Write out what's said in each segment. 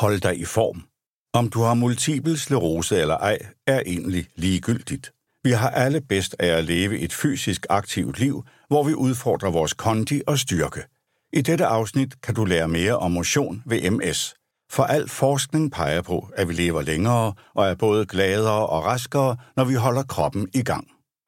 Hold dig i form. Om du har multipel sklerose eller ej, er egentlig ligegyldigt. Vi har alle bedst af at leve et fysisk aktivt liv, hvor vi udfordrer vores kondi og styrke. I dette afsnit kan du lære mere om motion ved MS. For al forskning peger på, at vi lever længere og er både gladere og raskere, når vi holder kroppen i gang.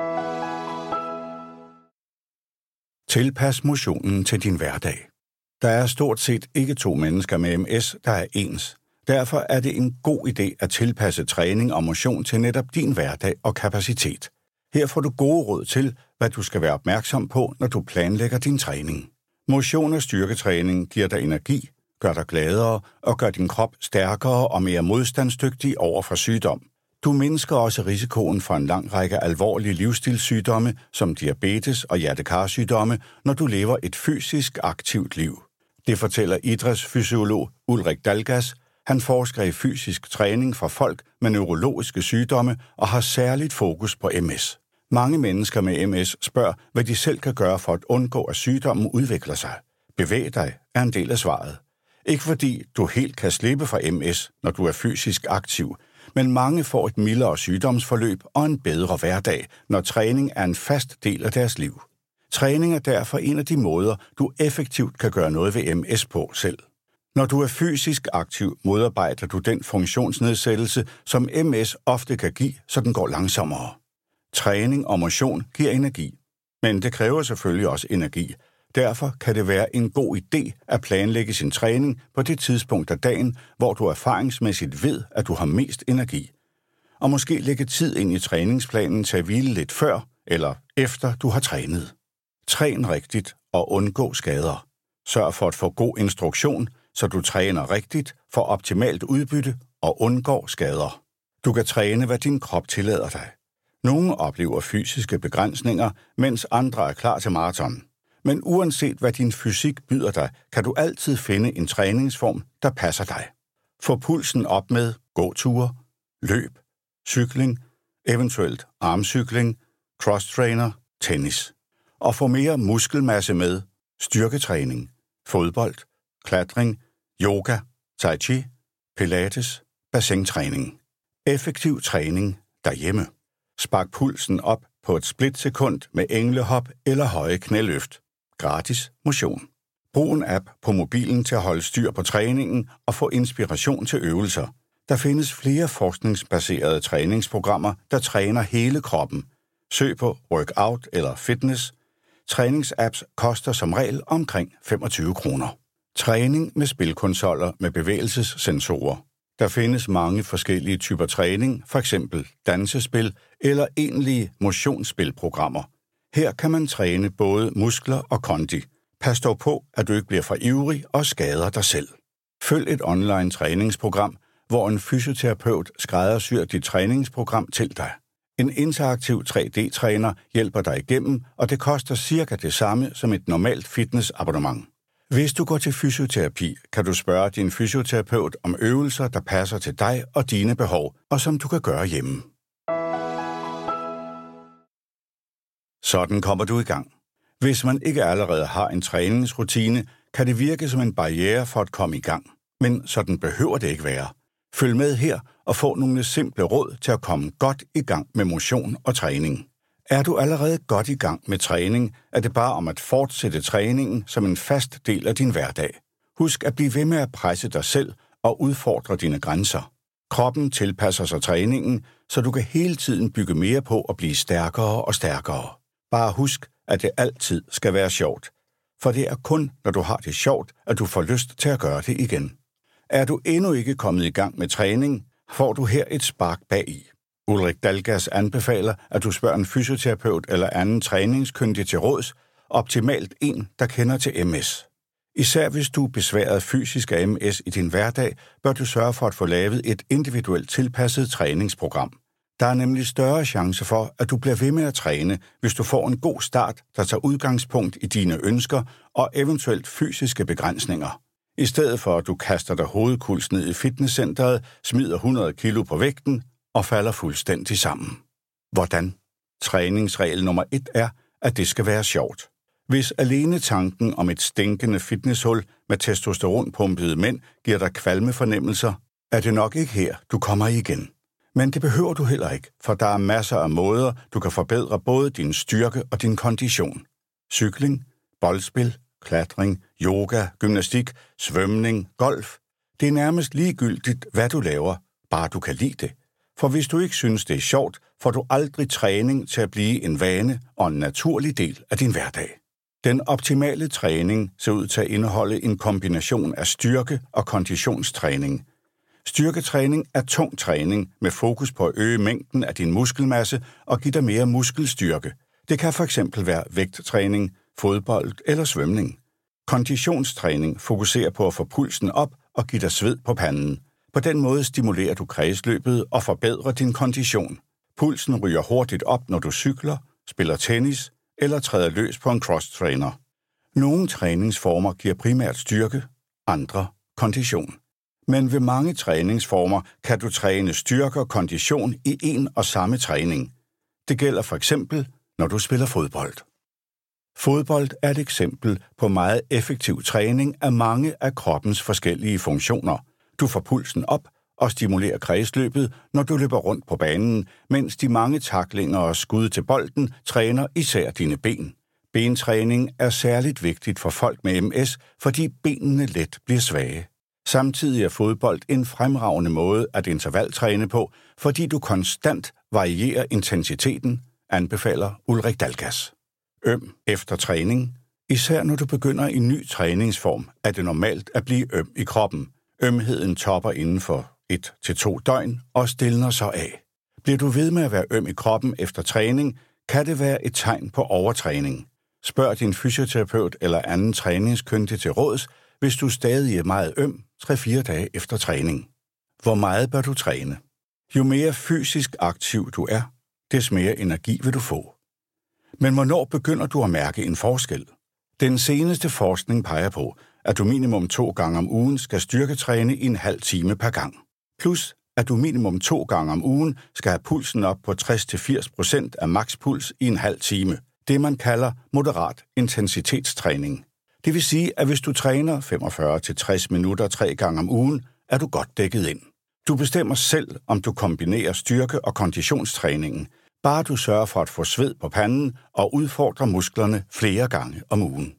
Tilpas motionen til din hverdag. Der er stort set ikke 2 mennesker med MS, der er ens. Derfor er det en god idé at tilpasse træning og motion til netop din hverdag og kapacitet. Her får du gode råd til, hvad du skal være opmærksom på, når du planlægger din træning. Motion og styrketræning giver dig energi, gør dig gladere og gør din krop stærkere og mere modstandsdygtig over for sygdom. Du mindsker også risikoen for en lang række alvorlige livsstilssygdomme som diabetes og hjertekarsygdomme, når du lever et fysisk aktivt liv. Det fortæller idrætsfysiolog Ulrik Dalgas. Han forsker i fysisk træning for folk med neurologiske sygdomme og har særligt fokus på MS. Mange mennesker med MS spørger, hvad de selv kan gøre for at undgå, at sygdommen udvikler sig. Bevæg dig er en del af svaret. Ikke fordi du helt kan slippe fra MS, når du er fysisk aktiv, men mange får et mildere sygdomsforløb og en bedre hverdag, når træning er en fast del af deres liv. Træning er derfor en af de måder, du effektivt kan gøre noget ved MS på selv. Når du er fysisk aktiv, modarbejder du den funktionsnedsættelse, som MS ofte kan give, så den går langsommere. Træning og motion giver energi, men det kræver selvfølgelig også energi. Derfor kan det være en god idé at planlægge sin træning på det tidspunkt af dagen, hvor du erfaringsmæssigt ved, at du har mest energi. Og måske lægge tid ind i træningsplanen til at hvile lidt før eller efter du har trænet. Træn rigtigt og undgå skader. Sørg for at få god instruktion, så du træner rigtigt, får optimalt udbytte og undgår skader. Du kan træne, hvad din krop tillader dig. Nogle oplever fysiske begrænsninger, mens andre er klar til maraton. Men uanset hvad din fysik byder dig, kan du altid finde en træningsform, der passer dig. Få pulsen op med gåture, løb, cykling, eventuelt armcykling, crosstrainer, tennis. Og få mere muskelmasse med styrketræning, fodbold, klatring, yoga, tai chi, pilates, bassintræning. Effektiv træning derhjemme. Spark pulsen op på et splitsekund med englehop eller høje knæløft. Gratis motion. Brug en app på mobilen til at holde styr på træningen og få inspiration til øvelser. Der findes flere forskningsbaserede træningsprogrammer, der træner hele kroppen. Søg på workout eller fitness. Træningsapps koster som regel omkring 25 kroner. Træning med spilkonsoller med bevægelsessensorer. Der findes mange forskellige typer træning, f.eks. dansespil eller egentlige motionsspilprogrammer. Her kan man træne både muskler og kondi. Pas dog på, at du ikke bliver for ivrig og skader dig selv. Følg et online træningsprogram, hvor en fysioterapeut skræddersyr dit træningsprogram til dig. En interaktiv 3D-træner hjælper dig igennem, og det koster cirka det samme som et normalt fitnessabonnement. Hvis du går til fysioterapi, kan du spørge din fysioterapeut om øvelser, der passer til dig og dine behov, og som du kan gøre hjemme. Sådan kommer du i gang. Hvis man ikke allerede har en træningsrutine, kan det virke som en barriere for at komme i gang. Men sådan behøver det ikke være. Følg med her og få nogle simple råd til at komme godt i gang med motion og træning. Er du allerede godt i gang med træning, er det bare om at fortsætte træningen som en fast del af din hverdag. Husk at blive ved med at presse dig selv og udfordre dine grænser. Kroppen tilpasser sig træningen, så du kan hele tiden bygge mere på at blive stærkere og stærkere. Bare husk, at det altid skal være sjovt. For det er kun, når du har det sjovt, at du får lyst til at gøre det igen. Er du endnu ikke kommet i gang med træning, får du her et spark bagi. Ulrik Dalgas anbefaler, at du spørger en fysioterapeut eller anden træningskyndig til råds, optimalt en, der kender til MS. Især hvis du er besværet fysisk af MS i din hverdag, bør du sørge for at få lavet et individuelt tilpasset træningsprogram. Der er nemlig større chance for, at du bliver ved med at træne, hvis du får en god start, der tager udgangspunkt i dine ønsker og eventuelt fysiske begrænsninger. I stedet for, at du kaster dig hovedkuls ned i fitnesscenteret, smider 100 kilo på vægten og falder fuldstændig sammen. Hvordan? Træningsregel nummer 1 er, at det skal være sjovt. Hvis alene tanken om et stinkende fitnesshul med testosteronpumpede mænd giver dig kvalmefornemmelser, er det nok ikke her, du kommer igen. Men det behøver du heller ikke, for der er masser af måder, du kan forbedre både din styrke og din kondition. Cykling, boldspil, klatring, yoga, gymnastik, svømning, golf. Det er nærmest ligegyldigt, hvad du laver, bare du kan lide det. For hvis du ikke synes, det er sjovt, får du aldrig træning til at blive en vane og en naturlig del af din hverdag. Den optimale træning ser ud til at indeholde en kombination af styrke- og konditionstræning. Styrketræning er tung træning med fokus på at øge mængden af din muskelmasse og give dig mere muskelstyrke. Det kan fx være vægttræning, fodbold eller svømning. Konditionstræning fokuserer på at få pulsen op og give dig sved på panden. På den måde stimulerer du kredsløbet og forbedrer din kondition. Pulsen ryger hurtigt op, når du cykler, spiller tennis eller træder løs på en cross-trainer. Nogle træningsformer giver primært styrke, andre kondition. Men ved mange træningsformer kan du træne styrke og kondition i en og samme træning. Det gælder for eksempel, når du spiller fodbold. Fodbold er et eksempel på meget effektiv træning af mange af kroppens forskellige funktioner. Du får pulsen op og stimulerer kredsløbet, når du løber rundt på banen, mens de mange tacklinger og skud til bolden træner især dine ben. Bentræning er særligt vigtigt for folk med MS, fordi benene let bliver svage. Samtidig er fodbold en fremragende måde at intervaltræne på, fordi du konstant varierer intensiteten, anbefaler Ulrik Dalgas. Øm efter træning. Især når du begynder en ny træningsform, er det normalt at blive øm i kroppen. Ømheden topper inden for 1 til 2 døgn og stilner så af. Bliver du ved med at være øm i kroppen efter træning, kan det være et tegn på overtræning. Spørg din fysioterapeut eller anden træningskyndig til råds, hvis du stadig er meget øm 3-4 dage efter træning. Hvor meget bør du træne? Jo mere fysisk aktiv du er, des mere energi vil du få. Men hvornår begynder du at mærke en forskel? Den seneste forskning peger på, at du minimum 2 gange om ugen skal styrketræne i en halv time per gang. Plus, at du minimum 2 gange om ugen skal have pulsen op på 60-80% af makspuls i en halv time. Det man kalder moderat intensitetstræning. Det vil sige, at hvis du træner 45-60 minutter 3 gange om ugen, er du godt dækket ind. Du bestemmer selv, om du kombinerer styrke- og konditionstræningen, bare du sørger for at få sved på panden og udfordre musklerne flere gange om ugen.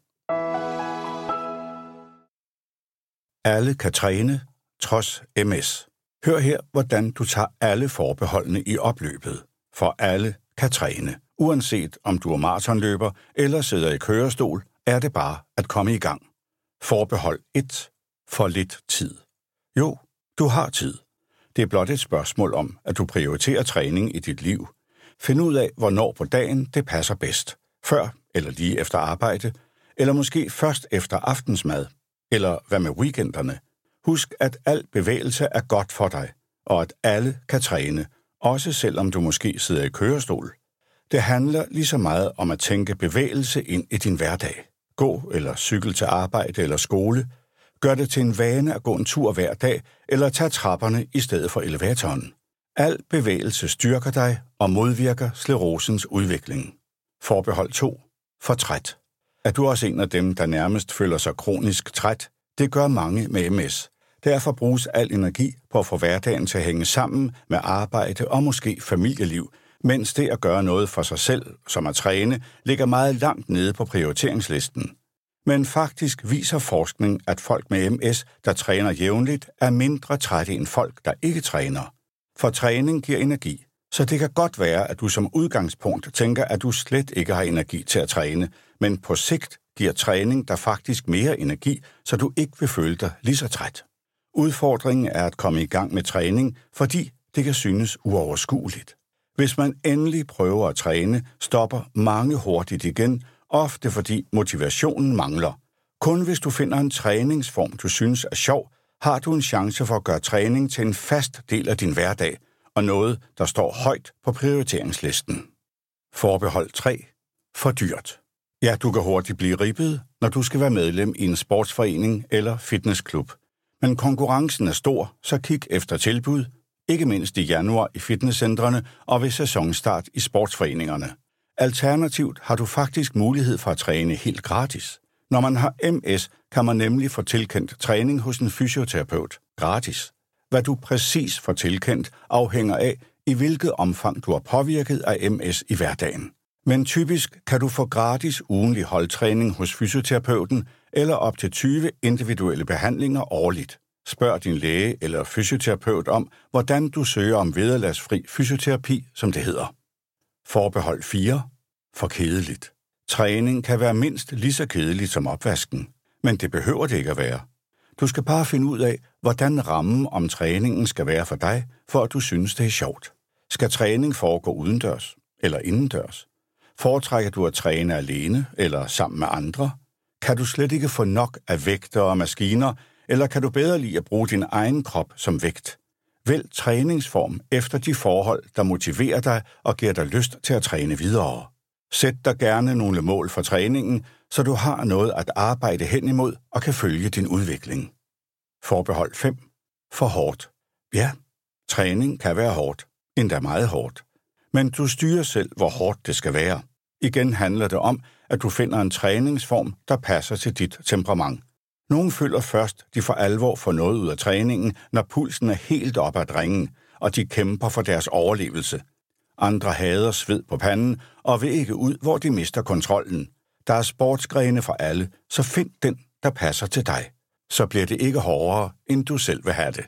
Alle kan træne, trods MS. Hør her, hvordan du tager alle forbeholdene i opløbet. For alle kan træne. Uanset om du er maratonløber eller sidder i kørestol, er det bare at komme i gang. Forbehold 1. For lidt tid. Jo, du har tid. Det er blot et spørgsmål om, at du prioriterer træning i dit liv. Find ud af, hvornår på dagen det passer bedst. Før eller lige efter arbejde, eller måske først efter aftensmad. Eller hvad med weekenderne? Husk, at al bevægelse er godt for dig, og at alle kan træne, også selvom du måske sidder i kørestol. Det handler lige så meget om at tænke bevægelse ind i din hverdag. Gå eller cykel til arbejde eller skole. Gør det til en vane at gå en tur hver dag, eller tage trapperne i stedet for elevatoren. Al bevægelse styrker dig og modvirker sklerosens udvikling. Forbehold 2. For træt. Er du også en af dem, der nærmest føler sig kronisk træt? Det gør mange med MS. Derfor bruges al energi på at få hverdagen til at hænge sammen med arbejde og måske familieliv, mens det at gøre noget for sig selv, som at træne, ligger meget langt nede på prioriteringslisten. Men faktisk viser forskning, at folk med MS, der træner jævnligt, er mindre trætte end folk, der ikke træner. For træning giver energi, så det kan godt være, at du som udgangspunkt tænker, at du slet ikke har energi til at træne, men på sigt giver træning der faktisk mere energi, så du ikke vil føle dig lige så træt. Udfordringen er at komme i gang med træning, fordi det kan synes uoverskueligt. Hvis man endelig prøver at træne, stopper mange hurtigt igen, ofte fordi motivationen mangler. Kun hvis du finder en træningsform, du synes er sjov, har du en chance for at gøre træning til en fast del af din hverdag, og noget, der står højt på prioriteringslisten. Forbehold 3. For dyrt. Ja, du kan hurtigt blive ribbet, når du skal være medlem i en sportsforening eller fitnessklub. Men konkurrencen er stor, så kig efter tilbud, ikke mindst i januar i fitnesscentrene og ved sæsonstart i sportsforeningerne. Alternativt har du faktisk mulighed for at træne helt gratis. Når man har MS, kan man nemlig få tilkendt træning hos en fysioterapeut gratis. Hvad du præcis får tilkendt afhænger af, i hvilket omfang du er påvirket af MS i hverdagen. Men typisk kan du få gratis ugentlig holdtræning hos fysioterapeuten eller op til 20 individuelle behandlinger årligt. Spørg din læge eller fysioterapeut om, hvordan du søger om vederlagsfri fysioterapi, som det hedder. Forbehold 4. For kedeligt. Træning kan være mindst lige så kedeligt som opvasken, men det behøver det ikke at være. Du skal bare finde ud af, hvordan rammen om træningen skal være for dig, for at du synes, det er sjovt. Skal træning foregå udendørs eller indendørs? Foretrækker du at træne alene eller sammen med andre? Kan du slet ikke få nok af vægte og maskiner, eller kan du bedre lide at bruge din egen krop som vægt? Vælg træningsform efter de forhold, der motiverer dig og giver dig lyst til at træne videre. Sæt dig gerne nogle mål for træningen, så du har noget at arbejde hen imod og kan følge din udvikling. Forbehold 5. For hårdt. Ja, træning kan være hårdt, endda meget hårdt. Men du styrer selv, hvor hårdt det skal være. Igen handler det om, at du finder en træningsform, der passer til dit temperament. Nogle føler først, de for alvor får noget ud af træningen, når pulsen er helt op ad dringen, og de kæmper for deres overlevelse. Andre hader sved på panden og vil ikke ud, hvor de mister kontrollen. Der er sportsgrene for alle, så find den, der passer til dig. Så bliver det ikke hårdere, end du selv vil have det.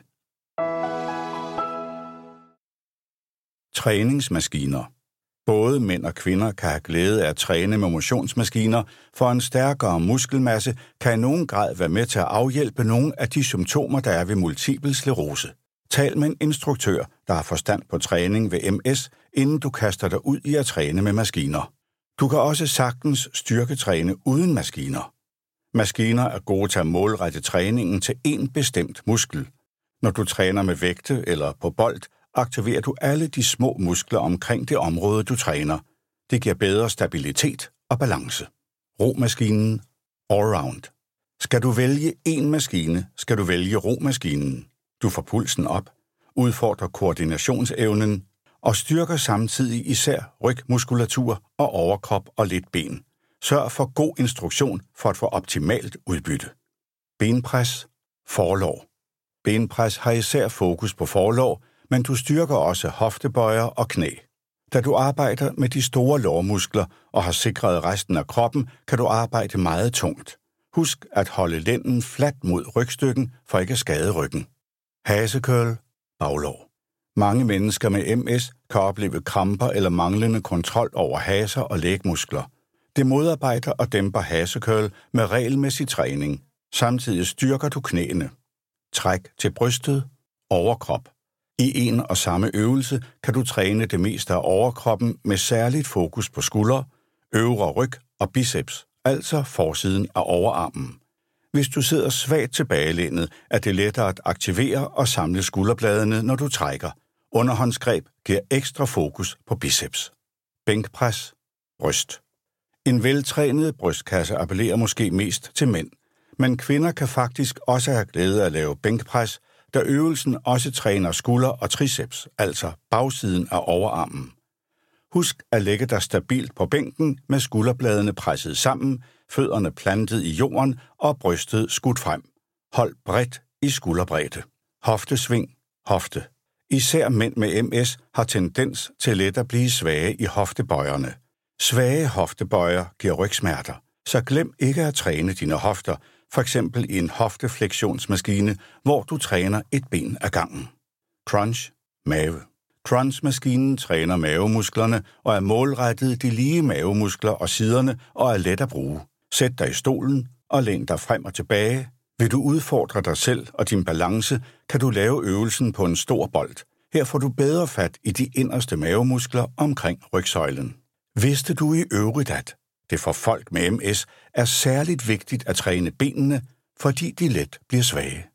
Træningsmaskiner. Både mænd og kvinder kan have glæde af at træne med motionsmaskiner, for en stærkere muskelmasse kan i nogen grad være med til at afhjælpe nogle af de symptomer, der er ved multipel sklerose. Tal med en instruktør, der har forstand på træning ved MS, inden du kaster dig ud i at træne med maskiner. Du kan også sagtens styrketræne uden maskiner. Maskiner er gode til at målrette træningen til en bestemt muskel. Når du træner med vægte eller på bold, aktiverer du alle de små muskler omkring det område, du træner. Det giver bedre stabilitet og balance. Romaskinen. Allround. Skal du vælge én maskine, skal du vælge romaskinen. Du får pulsen op, udfordrer koordinationsevnen og styrker samtidig især rygmuskulatur og overkrop og lidt ben. Sørg for god instruktion for at få optimalt udbytte. Benpres. Forlår. Benpres har især fokus på forlår, men du styrker også hoftebøjer og knæ. Da du arbejder med de store lårmuskler og har sikret resten af kroppen, kan du arbejde meget tungt. Husk at holde lænden fladt mod rygstykken for ikke at skade ryggen. Hasekøl. Baglår. Mange mennesker med MS kan opleve kramper eller manglende kontrol over haser og lægmuskler. Det modarbejder og dæmper hasekøl med regelmæssig træning. Samtidig styrker du knæene. Træk til brystet. Overkrop. I en og samme øvelse kan du træne det meste af overkroppen med særligt fokus på skulder, øvre ryg og biceps, altså forsiden af overarmen. Hvis du sidder svagt tilbagelænet, er det lettere at aktivere og samle skulderbladene, når du trækker. Underhåndsgreb giver ekstra fokus på biceps. Bænkpres. Bryst. En veltrænet brystkasse appellerer måske mest til mænd, men kvinder kan faktisk også have glæde af at lave bænkpres, da øvelsen også træner skulder og triceps, altså bagsiden af overarmen. Husk at lægge dig stabilt på bænken med skulderbladene presset sammen, fødderne plantet i jorden og brystet skudt frem. Hold bredt i skulderbredde. Hoftesving. Hofte. Især mænd med MS har tendens til let at blive svage i hoftebøjerne. Svage hoftebøjer giver rygsmerter, så glem ikke at træne dine hofter, for eksempel i en hoftefleksionsmaskine, hvor du træner et ben ad gangen. Crunch. Mave. Crunch-maskinen træner mavemusklerne og er målrettet de lige mavemuskler og siderne og er let at bruge. Sæt dig i stolen og læn dig frem og tilbage. Vil du udfordre dig selv og din balance, kan du lave øvelsen på en stor bold. Her får du bedre fat i de inderste mavemuskler omkring rygsøjlen. Vidste du i øvrigt, at det for folk med MS er særligt vigtigt at træne benene, fordi de let bliver svage?